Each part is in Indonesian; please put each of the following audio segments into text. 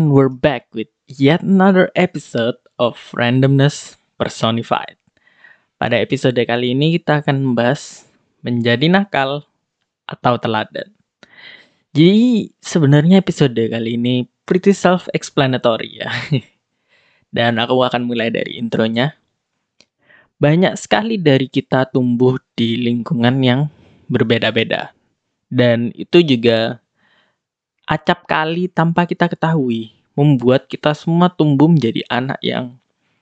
and we're back with yet another episode of Randomness Personified. Pada episode kali ini kita akan membahas menjadi nakal atau teladan. Jadi sebenarnya episode kali ini pretty self-explanatory ya. Dan aku akan mulai dari intronya. Banyak sekali dari kita tumbuh di lingkungan yang berbeda-beda. Dan itu juga acap kali tanpa kita ketahui membuat kita semua tumbuh menjadi anak yang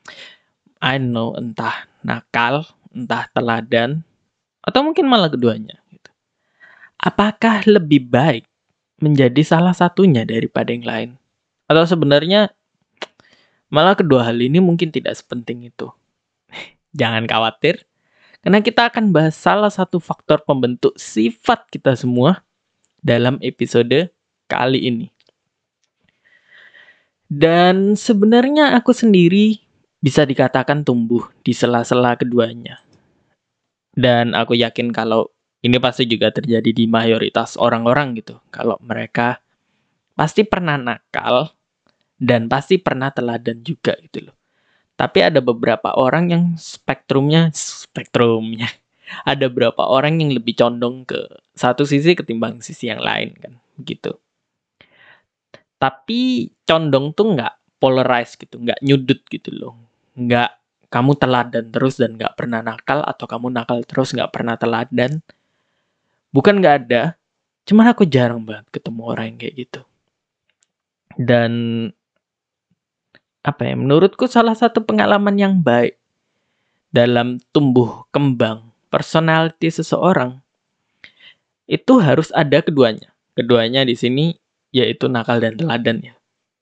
entah nakal, entah teladan, atau mungkin malah keduanya gitu. Apakah lebih baik menjadi salah satunya daripada yang lain? Atau sebenarnya malah kedua hal ini mungkin tidak sepenting itu? Jangan khawatir, karena kita akan bahas salah satu faktor pembentuk sifat kita semua dalam episode kali ini. Dan sebenarnya aku sendiri bisa dikatakan tumbuh di sela-sela keduanya. Dan aku yakin kalau ini pasti juga terjadi di mayoritas orang-orang gitu. Kalau mereka pasti pernah nakal dan pasti pernah teladan juga gitu loh. Tapi ada beberapa orang yang spektrumnya. Ada beberapa orang yang lebih condong ke satu sisi ketimbang sisi yang lain kan, gitu. Tapi condong tuh nggak polarize gitu, nggak nyudut gitu loh. Nggak kamu teladan terus dan nggak pernah nakal, atau kamu nakal terus nggak pernah teladan. Bukan nggak ada, cuman aku jarang banget ketemu orang yang kayak gitu. Dan menurutku salah satu pengalaman yang baik dalam tumbuh kembang personality seseorang itu harus ada keduanya. Keduanya di sini yaitu nakal dan teladan ya.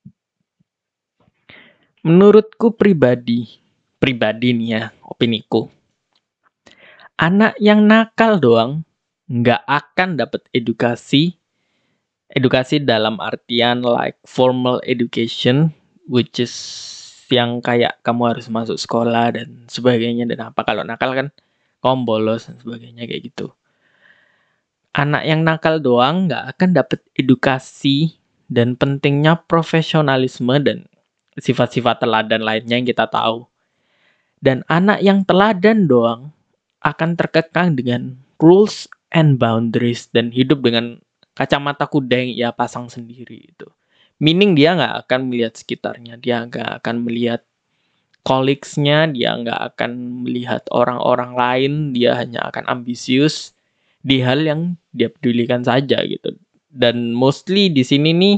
Menurutku pribadi nih ya, opiniku. Anak yang nakal doang nggak akan dapat edukasi dalam artian like formal education, which is yang kayak kamu harus masuk sekolah dan sebagainya, dan apa kalau nakal kan kamu bolos dan sebagainya kayak gitu. Anak yang nakal doang nggak akan dapat edukasi dan pentingnya profesionalisme dan sifat-sifat teladan lainnya yang kita tahu. Dan anak yang teladan doang akan terkekang dengan rules and boundaries dan hidup dengan kacamata kuda yang ia pasang sendiri itu. Meaning dia nggak akan melihat sekitarnya, dia nggak akan melihat colleagues-nya, dia nggak akan melihat orang-orang lain, dia hanya akan ambisius di hal yang dia pedulikan saja gitu. Dan mostly di sini nih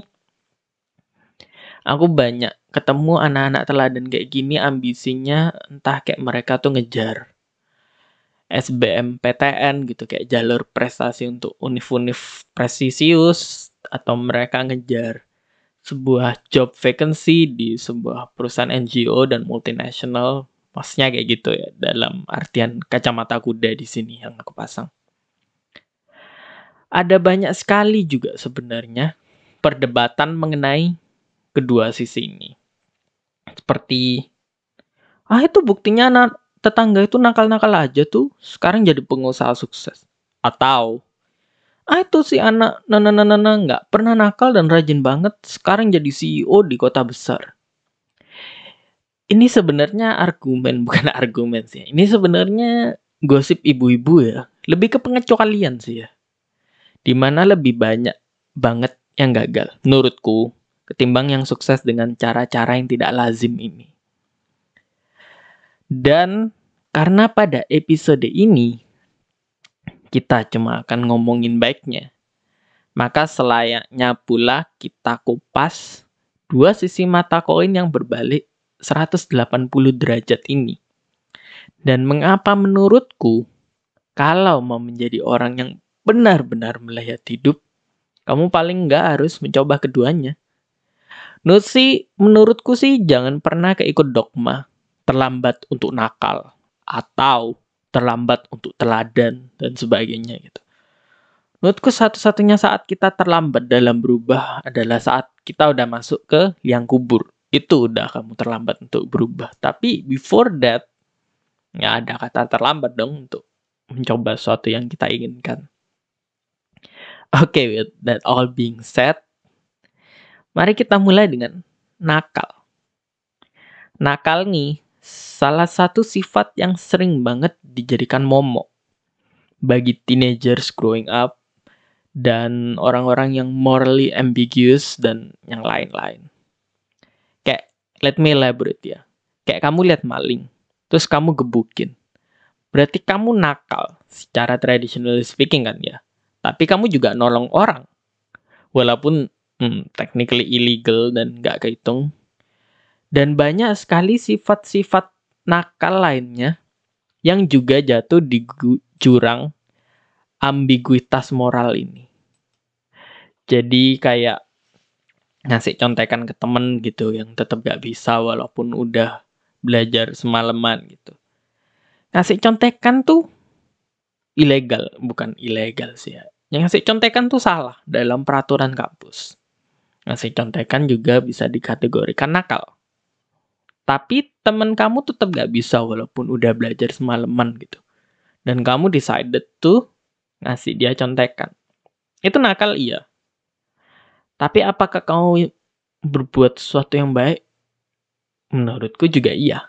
aku banyak ketemu anak-anak teladan kayak gini, ambisinya entah kayak mereka tuh ngejar SBMPTN gitu, kayak jalur prestasi untuk univ-univ prestisius, atau mereka ngejar sebuah job vacancy di sebuah perusahaan NGO dan multinational. Maksudnya kayak gitu ya, dalam artian kacamata kuda di sini yang aku pasang. Ada banyak sekali juga sebenarnya perdebatan mengenai kedua sisi ini. Seperti, itu buktinya tetangga itu nakal-nakal aja tuh, sekarang jadi pengusaha sukses. Atau, itu si anak nggak pernah nakal dan rajin banget, sekarang jadi CEO di kota besar. Ini sebenarnya argumen, bukan argumen sih. Ini sebenarnya gosip ibu-ibu ya. Lebih ke pengecualian sih ya. Dimana lebih banyak banget yang gagal, menurutku, ketimbang yang sukses dengan cara-cara yang tidak lazim ini. Dan karena pada episode ini kita cuma akan ngomongin baiknya, maka selayaknya pula kita kupas dua sisi mata koin yang berbalik 180 derajat ini. Dan mengapa menurutku, kalau mau menjadi orang yang benar-benar melihat hidup, kamu paling nggak harus mencoba keduanya. Menurutku sih jangan pernah keikut dogma terlambat untuk nakal atau terlambat untuk teladan dan sebagainya gitu. Menurutku satu-satunya saat kita terlambat dalam berubah adalah saat kita udah masuk ke liang kubur. Itu udah kamu terlambat untuk berubah. Tapi before that, nggak ada kata terlambat dong untuk mencoba sesuatu yang kita inginkan. Okay, with that all being said, mari kita mulai dengan nakal. Nakal nih, salah satu sifat yang sering banget dijadikan momok bagi teenagers growing up dan orang-orang yang morally ambiguous dan yang lain-lain. Kayak, let me elaborate ya. Kayak kamu lihat maling, terus kamu gebukin. Berarti kamu nakal secara traditional speaking kan ya. Tapi kamu juga nolong orang. Walaupun technically illegal dan nggak kehitung. Dan banyak sekali sifat-sifat nakal lainnya yang juga jatuh di jurang ambiguitas moral ini. Jadi kayak ngasih contekan ke temen gitu yang tetap gak bisa walaupun udah belajar semalaman gitu. Ngasih contekan tuh ilegal, bukan ilegal sih ya. Yang ngasih contekan tuh salah dalam peraturan kampus. Ngasih contekan juga bisa dikategorikan nakal. Tapi temen kamu tetap gak bisa walaupun udah belajar semalaman gitu. Dan kamu decided tuh ngasih dia contekan. Itu nakal iya. Tapi apakah kamu berbuat sesuatu yang baik? Menurutku juga iya.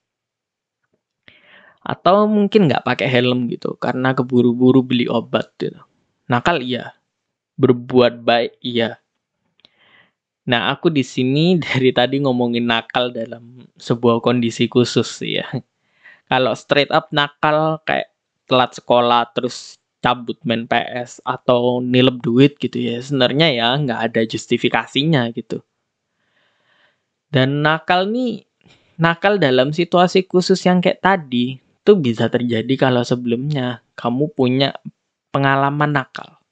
Atau mungkin nggak pakai helm gitu, karena keburu-buru beli obat gitu. Nakal iya. Berbuat baik iya. Nah, aku di sini dari tadi ngomongin nakal dalam sebuah kondisi khusus sih ya. Kalau straight up nakal kayak telat sekolah terus cabut main PS atau nilep duit gitu ya, sebenarnya ya nggak ada justifikasinya gitu. Dan nakal dalam situasi khusus yang kayak tadi itu bisa terjadi kalau sebelumnya kamu punya pengalaman nakal.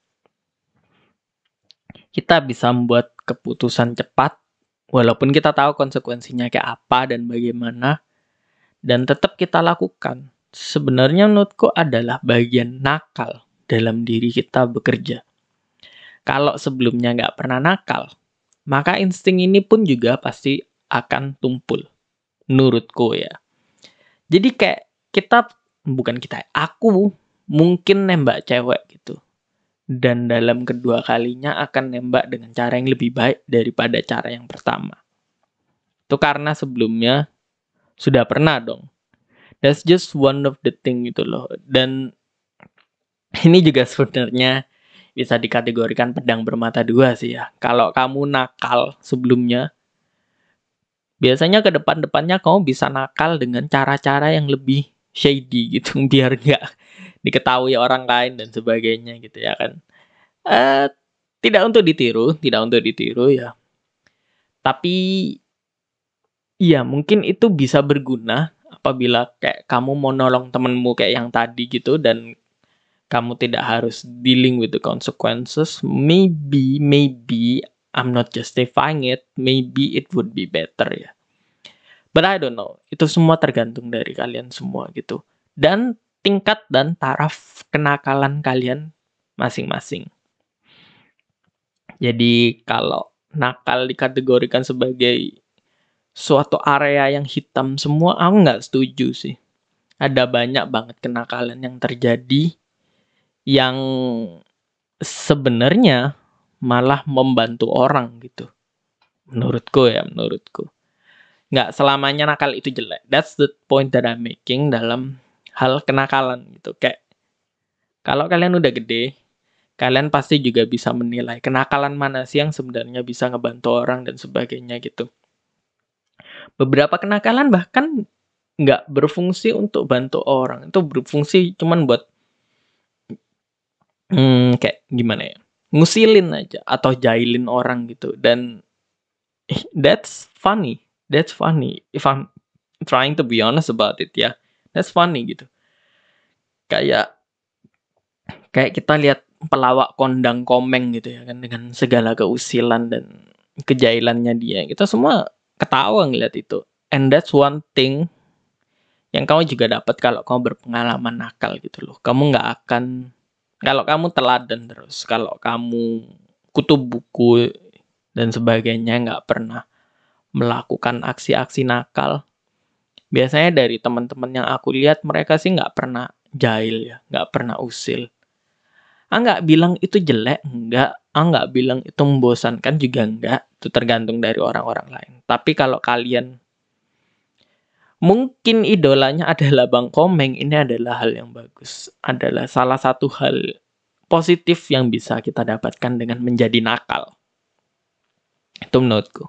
Kita bisa membuat keputusan cepat walaupun kita tahu konsekuensinya kayak apa dan bagaimana, dan tetap kita lakukan. Sebenarnya menurutku adalah bagian nakal dalam diri kita bekerja. Kalau sebelumnya nggak pernah nakal, maka insting ini pun juga pasti akan tumpul. Menurutku ya. Jadi kayak aku mungkin nembak cewek gitu. Dan dalam kedua kalinya akan nembak dengan cara yang lebih baik daripada cara yang pertama. Itu karena sebelumnya sudah pernah dong. That's just one of the thing gitu loh. Dan ini juga sebenarnya bisa dikategorikan pedang bermata dua sih ya. Kalau kamu nakal sebelumnya, biasanya ke depan-depannya kamu bisa nakal dengan cara-cara yang lebih shady gitu. Biar nggak diketahui orang lain dan sebagainya gitu ya kan. Eh, tidak untuk ditiru ya. Tapi iya, mungkin itu bisa berguna apabila kayak kamu mau nolong temenmu kayak yang tadi gitu dan kamu tidak harus dealing with the consequences. Maybe I'm not justifying it. Maybe it would be better ya. But I don't know. Itu semua tergantung dari kalian semua gitu. Dan tingkat dan taraf kenakalan kalian masing-masing. Jadi kalau nakal dikategorikan sebagai suatu area yang hitam semua, aku nggak setuju sih. Ada banyak banget kenakalan yang terjadi yang sebenarnya malah membantu orang gitu. Menurutku. Nggak selamanya nakal itu jelek. That's the point that I'm making dalam hal kenakalan gitu. Kayak kalau kalian udah gede, kalian pasti juga bisa menilai kenakalan mana sih yang sebenarnya bisa ngebantu orang dan sebagainya gitu. Beberapa kenakalan bahkan nggak berfungsi untuk bantu orang. Itu berfungsi cuman buat kayak gimana ya, ngusilin aja atau jahilin orang gitu. Dan that's funny. If I'm trying to be honest about it ya. That's funny gitu. Kayak kita lihat pelawak kondang komeng gitu ya kan, dengan segala keusilan dan kejahilannya dia. Kita semua ketawa ngeliat itu. And that's one thing yang kamu juga dapat kalau kamu berpengalaman nakal gitu loh. Kamu nggak akan, kalau kamu teladan terus, kalau kamu kutub buku dan sebagainya, nggak pernah melakukan aksi-aksi nakal. Biasanya dari teman-teman yang aku lihat, mereka sih nggak pernah jahil ya, nggak pernah usil. Nggak bilang itu jelek, nggak. Aku nggak bilang itu membosankan juga enggak, itu tergantung dari orang-orang lain. Tapi kalau kalian mungkin idolanya adalah Bang Komeng, ini adalah hal yang bagus. Adalah salah satu hal positif yang bisa kita dapatkan dengan menjadi nakal. Itu menurutku.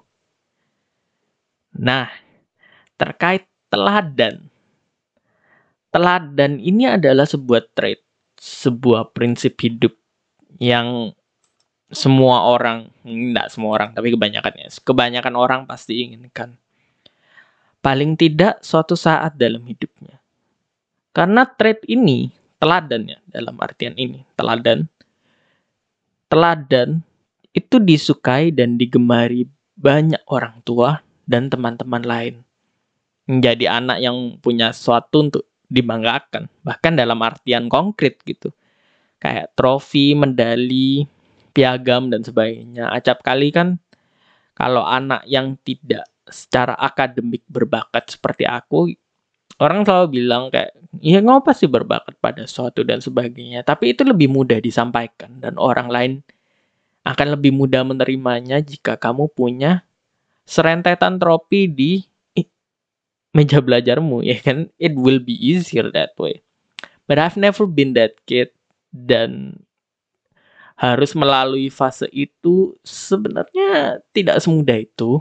Nah, terkait teladan. Teladan ini adalah sebuah trait, sebuah prinsip hidup yang semua orang, enggak semua orang, tapi kebanyakan orang pasti inginkan. Paling tidak suatu saat dalam hidupnya. Karena trait ini, teladan ya, dalam artian ini, teladan itu disukai dan digemari banyak orang tua dan teman-teman lain. Menjadi anak yang punya sesuatu untuk dibanggakan, bahkan dalam artian konkret gitu. Kayak trofi, medali, piagam, dan sebagainya. Acap kali kan, kalau anak yang tidak secara akademik berbakat seperti aku, orang selalu bilang kayak, ya ngapa sih berbakat pada sesuatu dan sebagainya. Tapi itu lebih mudah disampaikan, dan orang lain akan lebih mudah menerimanya jika kamu punya serentetan trofi di meja belajarmu, ya kan? It will be easier that way. But I've never been that kid, dan harus melalui fase itu sebenarnya tidak semudah itu.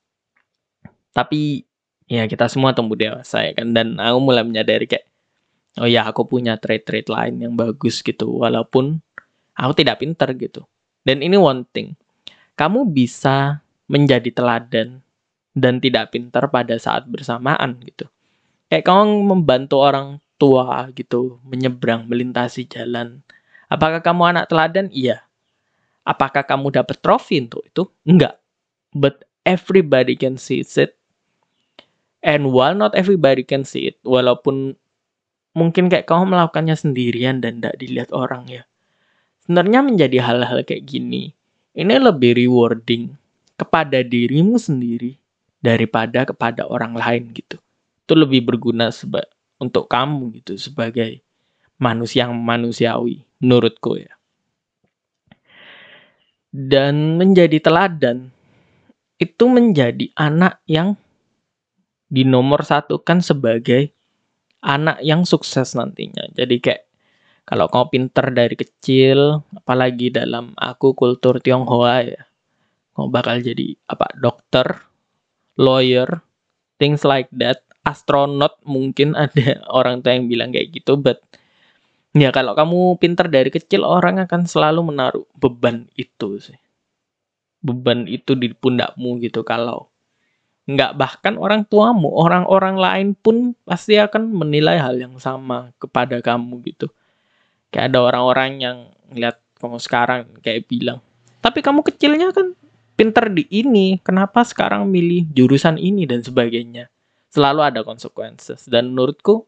Tapi ya kita semua tumbuh dewasa ya kan, dan aku mulai menyadari kayak, oh ya aku punya trait-trait lain yang bagus gitu, walaupun aku tidak pintar gitu. Dan ini one thing, kamu bisa menjadi teladan dan tidak pintar pada saat bersamaan gitu. Kayak kamu membantu orang tua gitu, menyeberang, melintasi jalan. Apakah kamu anak teladan? Iya. Apakah kamu dapat trofi untuk itu? Enggak. But everybody can see it. And while not everybody can see it, walaupun mungkin kayak kamu melakukannya sendirian dan tidak dilihat orang ya. Sebenarnya menjadi hal-hal kayak gini, ini lebih rewarding kepada dirimu sendiri daripada kepada orang lain gitu. Itu lebih berguna untuk kamu gitu sebagai manusia yang manusiawi menurutku ya. Dan menjadi teladan itu menjadi anak yang dinomor satukan sebagai anak yang sukses nantinya. Jadi kayak kalau kamu pinter dari kecil, apalagi dalam aku kultur Tionghoa ya, kamu bakal jadi apa? Dokter, lawyer, things like that. Astronot mungkin ada orang tua yang bilang kayak gitu, but ya kalau kamu pinter dari kecil, orang akan selalu menaruh beban itu sih. Beban itu di pundakmu gitu. Kalau nggak bahkan orang tuamu, orang-orang lain pun pasti akan menilai hal yang sama kepada kamu gitu. Kayak ada orang-orang yang ngeliat kamu sekarang kayak bilang, tapi kamu kecilnya kan pinter di ini, kenapa sekarang milih jurusan ini dan sebagainya. Selalu ada consequences. Dan menurutku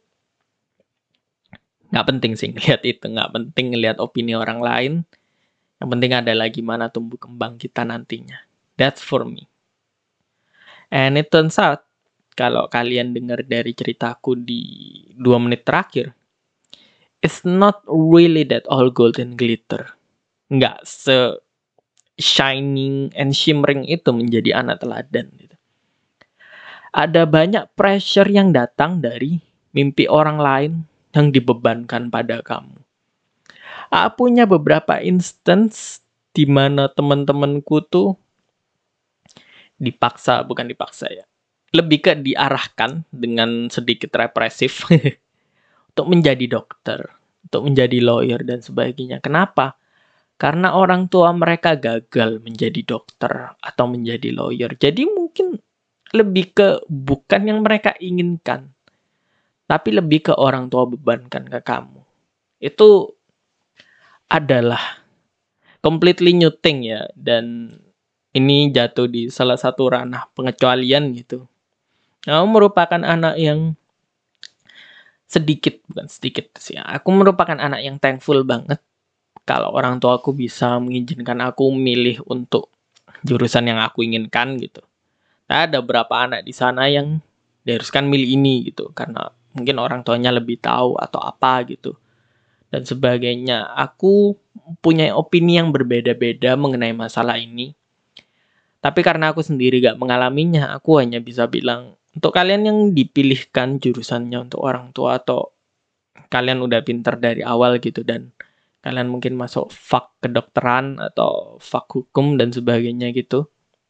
nggak penting sih ngeliat itu, nggak penting ngeliat opini orang lain. Yang penting adalah gimana tumbuh kembang kita nantinya. That's for me. And it turns out, kalau kalian dengar dari ceritaku di 2 menit terakhir, it's not really that all gold and glitter. Nggak shining and shimmering itu menjadi anak teladan. Gitu. Ada banyak pressure yang datang dari mimpi orang lain yang dibebankan pada kamu. Aku punya beberapa instance di mana teman-temanku tuh bukan dipaksa ya, lebih ke diarahkan dengan sedikit represif untuk menjadi dokter, untuk menjadi lawyer dan sebagainya. Kenapa? Karena orang tua mereka gagal menjadi dokter atau menjadi lawyer. Jadi mungkin lebih ke bukan yang mereka inginkan, tapi lebih ke orang tua bebankan ke kamu. Itu adalah completely new thing ya, dan ini jatuh di salah satu ranah pengecualian gitu. Kamu merupakan anak yang bukan sedikit sih. Aku merupakan anak yang thankful banget kalau orang tua aku bisa mengizinkan aku milih untuk jurusan yang aku inginkan gitu. Nah, ada beberapa anak di sana yang diharuskan milih ini gitu karena mungkin orang tuanya lebih tahu atau apa gitu. dan sebagainya. Aku punya opini yang berbeda-beda mengenai masalah ini. Tapi karena aku sendiri gak mengalaminya, aku hanya bisa bilang, untuk kalian yang dipilihkan jurusannya untuk orang tua atau kalian udah pinter dari awal gitu dan kalian mungkin masuk fak kedokteran atau fak hukum dan sebagainya gitu.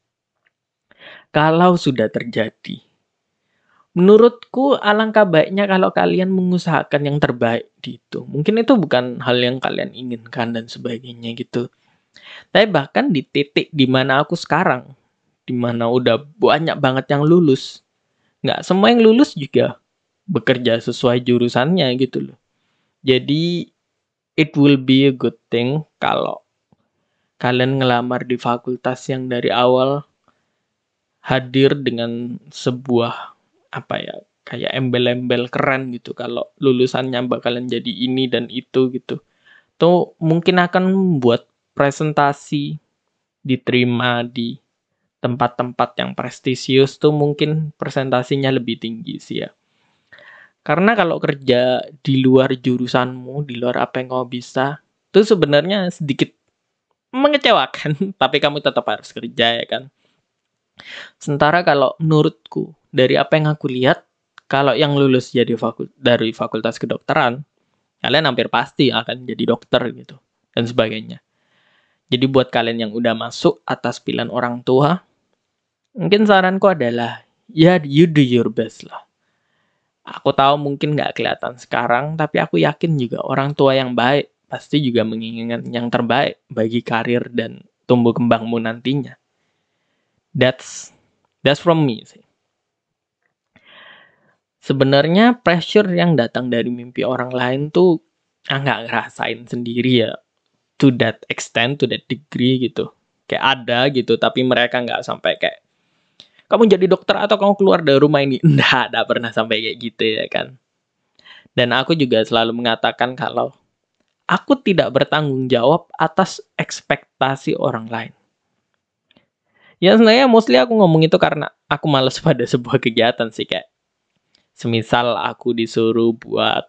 Kalau sudah terjadi, menurutku alangkah baiknya kalau kalian mengusahakan yang terbaik di itu. Mungkin itu bukan hal yang kalian inginkan dan sebagainya gitu. Tapi bahkan di titik dimana aku sekarang, dimana udah banyak banget yang lulus, nggak semua yang lulus juga bekerja sesuai jurusannya gitu loh. Jadi it will be a good thing kalau kalian ngelamar di fakultas yang dari awal hadir dengan sebuah apa ya, kayak embel-embel keren gitu kalau lulusannya bakalan jadi ini dan itu gitu. Tuh mungkin akan membuat presentasi diterima di tempat-tempat yang prestisius tuh mungkin presentasinya lebih tinggi sih ya. Karena kalau kerja di luar jurusanmu, di luar apa yang kamu bisa, itu sebenarnya sedikit mengecewakan, tapi kamu tetap harus kerja ya kan. Sementara kalau menurutku, dari apa yang aku lihat, kalau yang lulus jadi dari fakultas kedokteran, kalian hampir pasti akan jadi dokter gitu, dan sebagainya. Jadi buat kalian yang udah masuk atas pilihan orang tua, mungkin saranku adalah, ya you do your best lah. Aku tahu mungkin nggak kelihatan sekarang, tapi aku yakin juga orang tua yang baik pasti juga menginginkan yang terbaik bagi karir dan tumbuh kembangmu nantinya. That's from me sih. Sebenarnya pressure yang datang dari mimpi orang lain tuh nggak ngerasain sendiri ya, to that extent, to that degree gitu. Kayak ada gitu, tapi mereka nggak sampai kayak kamu jadi dokter atau kamu keluar dari rumah ini. Nggak pernah sampai kayak gitu ya kan. Dan aku juga selalu mengatakan kalau aku tidak bertanggung jawab atas ekspektasi orang lain. Ya sebenarnya mostly aku ngomong itu karena aku males pada sebuah kegiatan sih, kayak semisal aku disuruh buat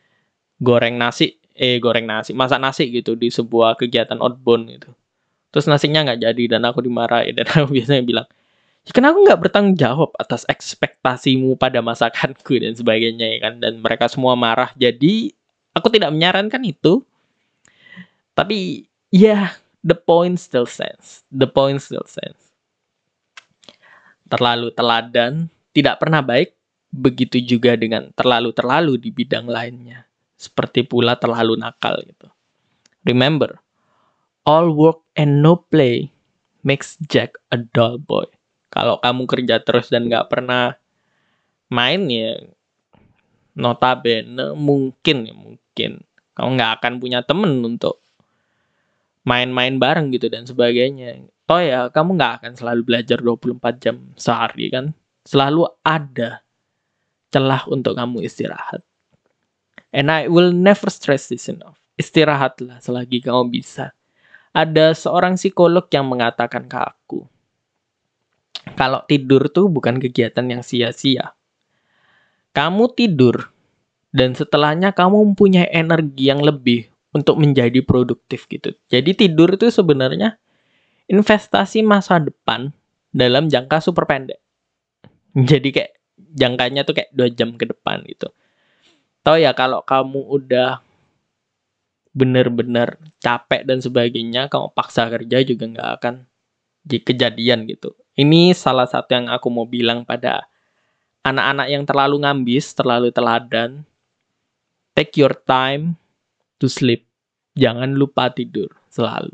goreng nasi, masak nasi gitu di sebuah kegiatan outbound gitu. Terus nasinya nggak jadi dan aku dimarahin dan aku biasanya bilang, ya kan aku nggak bertanggung jawab atas ekspektasimu pada masakanku dan sebagainya ya kan. Dan mereka semua marah. Jadi aku tidak menyarankan itu. Tapi ya, the point still stands. The point still stands. Terlalu teladan tidak pernah baik. Begitu juga dengan terlalu di bidang lainnya. Seperti pula terlalu nakal gitu. Remember, all work and no play makes Jack a dull boy. Kalau kamu kerja terus dan nggak pernah main ya, notabene mungkin kamu nggak akan punya temen untuk main-main bareng gitu dan sebagainya. Oh ya, kamu nggak akan selalu belajar 24 jam sehari kan. Selalu ada celah untuk kamu istirahat. And I will never stress this enough. Istirahatlah selagi kamu bisa. Ada seorang psikolog yang mengatakan ke aku, kalau tidur tuh bukan kegiatan yang sia-sia. Kamu tidur, dan setelahnya kamu mempunyai energi yang lebih untuk menjadi produktif gitu. Jadi tidur itu sebenarnya investasi masa depan dalam jangka super pendek. Jadi kayak jangkanya tuh kayak 2 jam ke depan gitu. Tahu ya kalau kamu udah bener-bener capek dan sebagainya, kamu paksa kerja juga nggak akan kejadian gitu. Ini salah satu yang aku mau bilang pada anak-anak yang terlalu ngambis, terlalu teladan. Take your time to sleep. Jangan lupa tidur selalu.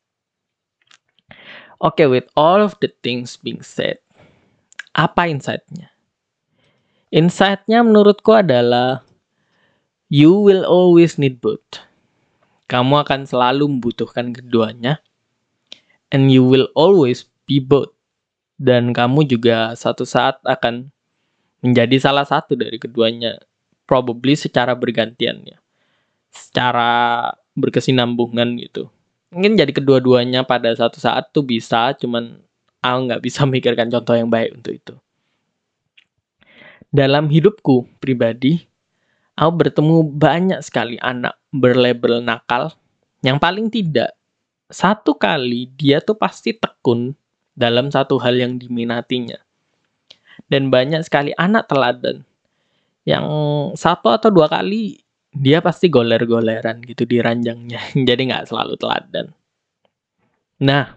Oke, with all of the things being said, apa insight-nya? Insight-nya menurutku adalah you will always need both. Kamu akan selalu membutuhkan keduanya. And you will always be both. Dan kamu juga satu saat akan menjadi salah satu dari keduanya. Probably secara bergantian ya. Secara berkesinambungan gitu. Mungkin jadi kedua-duanya pada satu saat tuh bisa, cuman aku nggak bisa mikirkan contoh yang baik untuk itu. Dalam hidupku pribadi, Aku bertemu banyak sekali anak berlabel nakal, yang paling tidak, satu kali dia tuh pasti tekun dalam satu hal yang diminatinya. Dan banyak sekali anak teladan, yang satu atau dua kali dia pasti goler-goleran gitu di ranjangnya. Jadi nggak selalu teladan. Nah,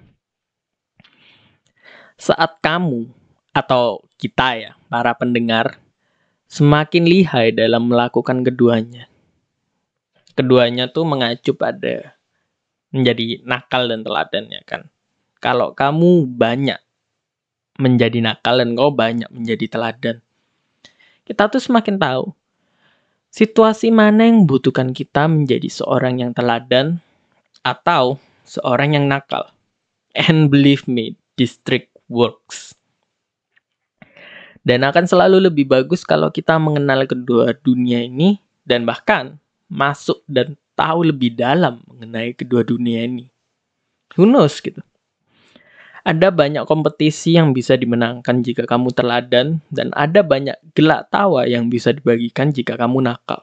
saat kamu atau kita ya, para pendengar, semakin lihai dalam melakukan keduanya. Keduanya tuh mengacu pada menjadi nakal dan teladan ya kan. Kalau kamu banyak menjadi nakal dan kau banyak menjadi teladan, kita tuh semakin tahu situasi mana yang membutuhkan kita menjadi seorang yang teladan atau seorang yang nakal. And believe me, this trick works. Dan akan selalu lebih bagus kalau kita mengenal kedua dunia ini dan bahkan masuk dan tahu lebih dalam mengenai kedua dunia ini. Who knows gitu. Ada banyak kompetisi yang bisa dimenangkan jika kamu teladan dan ada banyak gelak tawa yang bisa dibagikan jika kamu nakal.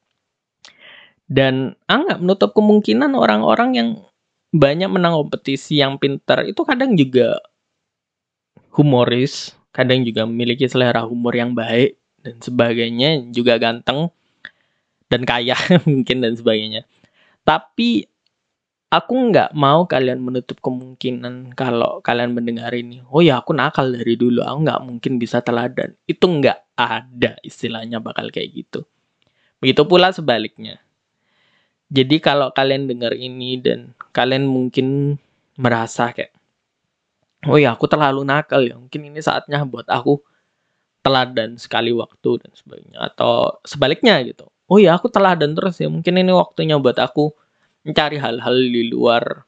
Dan nggak menutup kemungkinan orang-orang yang banyak menang kompetisi yang pintar itu kadang juga humoris, kadang juga memiliki selera humor yang baik dan sebagainya, juga ganteng dan kaya mungkin dan sebagainya. Tapi aku nggak mau kalian menutup kemungkinan kalau kalian mendengar ini. Oh ya, aku nakal dari dulu, aku nggak mungkin bisa teladan. Itu nggak ada istilahnya bakal kayak gitu. Begitu pula sebaliknya. Jadi kalau kalian dengar ini dan kalian mungkin merasa kayak, oh ya aku terlalu nakal ya, mungkin ini saatnya buat aku teladan sekali waktu dan sebagainya. Atau sebaliknya gitu. Oh ya aku teladan terus ya, mungkin ini waktunya buat aku mencari hal-hal di luar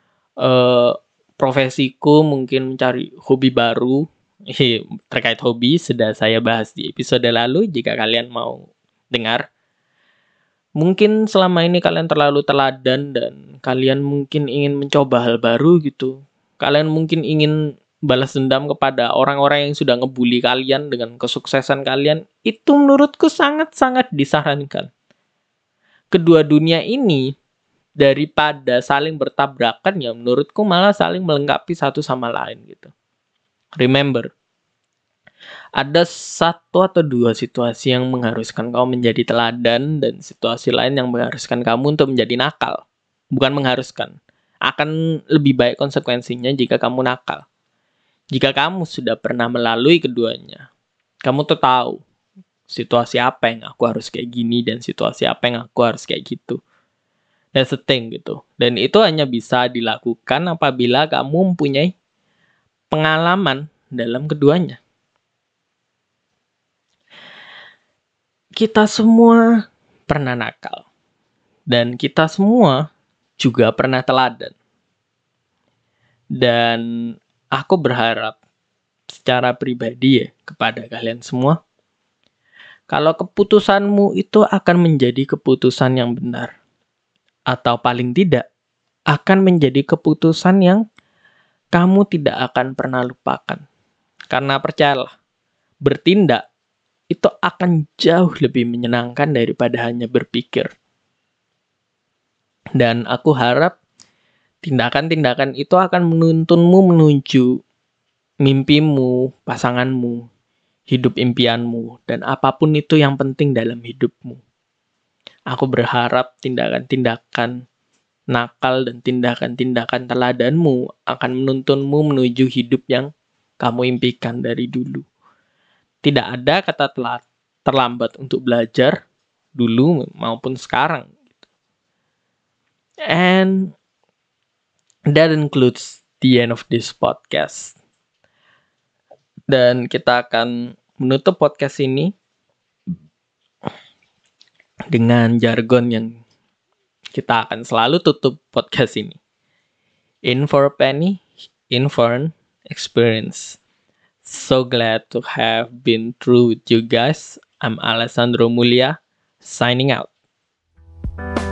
profesiku, mungkin mencari hobi baru. Terkait hobi sudah saya bahas di episode lalu, jika kalian mau dengar. Mungkin selama ini kalian terlalu teladan dan kalian mungkin ingin mencoba hal baru gitu. Kalian mungkin ingin balas dendam kepada orang-orang yang sudah ngebully kalian dengan kesuksesan kalian. Itu menurutku sangat-sangat disarankan. Kedua dunia ini, daripada saling bertabrakan ya menurutku malah saling melengkapi satu sama lain gitu. Remember, ada satu atau dua situasi yang mengharuskan kamu menjadi teladan dan situasi lain yang mengharuskan kamu untuk menjadi nakal. Bukan mengharuskan. Akan lebih baik konsekuensinya jika kamu nakal. Jika kamu sudah pernah melalui keduanya, kamu tuh tahu situasi apa yang aku harus kayak gini dan situasi apa yang aku harus kayak gitu. That's the thing gitu. Dan itu hanya bisa dilakukan apabila kamu mempunyai pengalaman dalam keduanya. Kita semua pernah nakal. Dan kita semua juga pernah teladan. Dan aku berharap secara pribadi ya kepada kalian semua, kalau keputusanmu itu akan menjadi keputusan yang benar. Atau paling tidak, akan menjadi keputusan yang kamu tidak akan pernah lupakan. Karena percayalah, bertindak itu akan jauh lebih menyenangkan daripada hanya berpikir. Dan aku harap tindakan-tindakan itu akan menuntunmu menuju mimpimu, pasanganmu, hidup impianmu, dan apapun itu yang penting dalam hidupmu. Aku berharap tindakan-tindakan nakal dan tindakan-tindakan teladanmu akan menuntunmu menuju hidup yang kamu impikan dari dulu. Tidak ada kata terlambat untuk belajar dulu maupun sekarang. And that includes the end of this podcast. Dan kita akan menutup podcast ini dengan jargon yang kita akan selalu tutup podcast ini. In for a penny, in for an experience. So glad to have been through with you guys. I'm Alessandro Mulia, signing out.